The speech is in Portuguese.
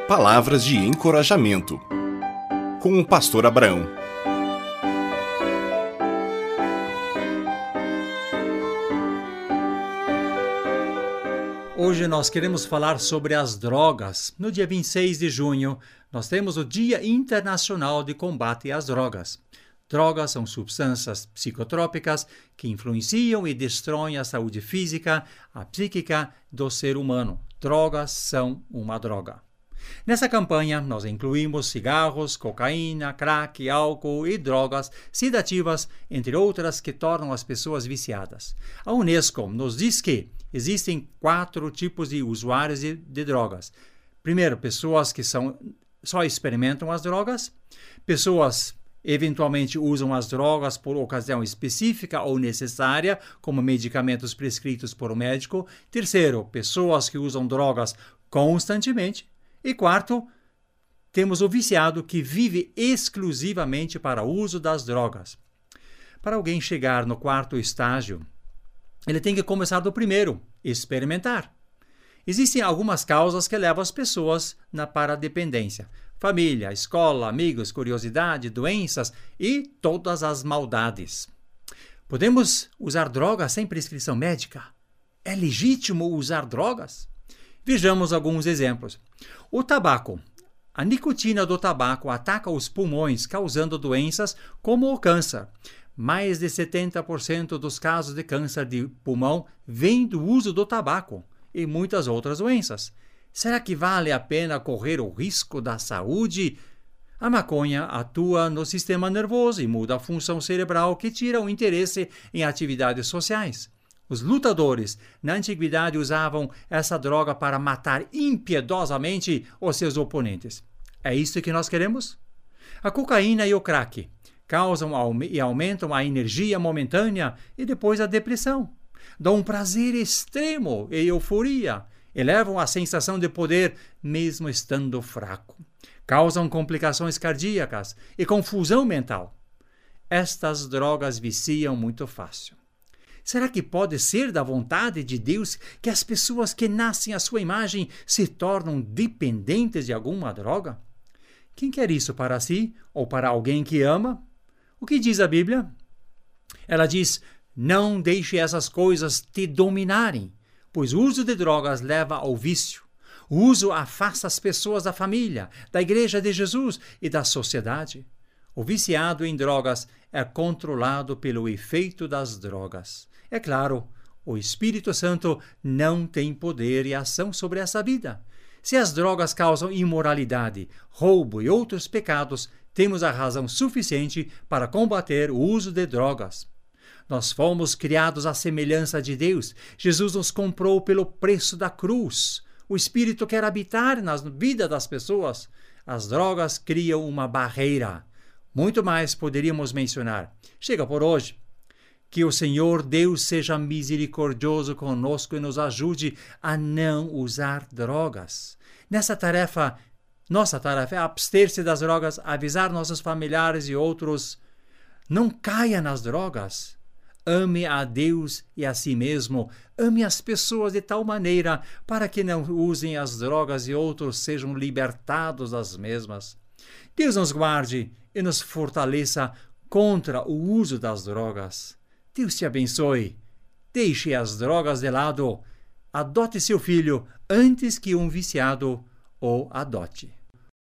Palavras de encorajamento, com o pastor Abraão. Hoje nós queremos falar sobre as drogas. No dia 26 de junho, nós temos o Dia Internacional de Combate às Drogas. Drogas são substâncias psicotrópicas que influenciam e destroem a saúde física, a psíquica do ser humano. Drogas são uma droga. Nessa campanha, nós incluímos cigarros, cocaína, crack, álcool e drogas sedativas, entre outras, que tornam as pessoas viciadas. A Unesco nos diz que existem 4 tipos de usuários de drogas. Primeiro, pessoas que só experimentam as drogas, pessoas eventualmente usam as drogas por ocasião específica ou necessária, como medicamentos prescritos por um médico. Terceiro, pessoas que usam drogas constantemente. E quarto, temos o viciado que vive exclusivamente para o uso das drogas. Para alguém chegar no 4º estágio, ele tem que começar do primeiro, experimentar. Existem algumas causas que levam as pessoas para a dependência. Família, escola, amigos, curiosidade, doenças e todas as maldades. Podemos usar drogas sem prescrição médica? É legítimo usar drogas? Vejamos alguns exemplos. O tabaco. A nicotina do tabaco ataca os pulmões, causando doenças como o câncer. Mais de 70% dos casos de câncer de pulmão vêm do uso do tabaco e muitas outras doenças. Será que vale a pena correr o risco da saúde? A maconha atua no sistema nervoso e muda a função cerebral, que tira o interesse em atividades sociais. Os lutadores, na antiguidade, usavam essa droga para matar impiedosamente os seus oponentes. É isso que nós queremos? A cocaína e o crack causam e aumentam a energia momentânea e depois a depressão. Dão um prazer extremo e euforia. Elevam a sensação de poder mesmo estando fraco. Causam complicações cardíacas e confusão mental. Estas drogas viciam muito fácil. Será que pode ser da vontade de Deus que as pessoas que nascem à sua imagem se tornam dependentes de alguma droga? Quem quer isso para si ou para alguém que ama? O que diz a Bíblia? Ela diz: não deixe essas coisas te dominarem, pois o uso de drogas leva ao vício. O uso afasta as pessoas da família, da igreja de Jesus e da sociedade. O viciado em drogas é controlado pelo efeito das drogas. É claro, o Espírito Santo não tem poder e ação sobre essa vida. Se as drogas causam imoralidade, roubo e outros pecados, temos a razão suficiente para combater o uso de drogas. Nós fomos criados à semelhança de Deus. Jesus nos comprou pelo preço da cruz. O Espírito quer habitar na vida das pessoas. As drogas criam uma barreira. Muito mais poderíamos mencionar. Chega por hoje. Que o Senhor Deus seja misericordioso conosco e nos ajude a não usar drogas. Nossa tarefa é abster-se das drogas, avisar nossos familiares e outros. Não caia nas drogas. Ame a Deus e a si mesmo. Ame as pessoas de tal maneira para que não usem as drogas e outros sejam libertados das mesmas. Deus nos guarde e nos fortaleça contra o uso das drogas. Deus te abençoe. Deixe as drogas de lado. Adote seu filho antes que um viciado o adote.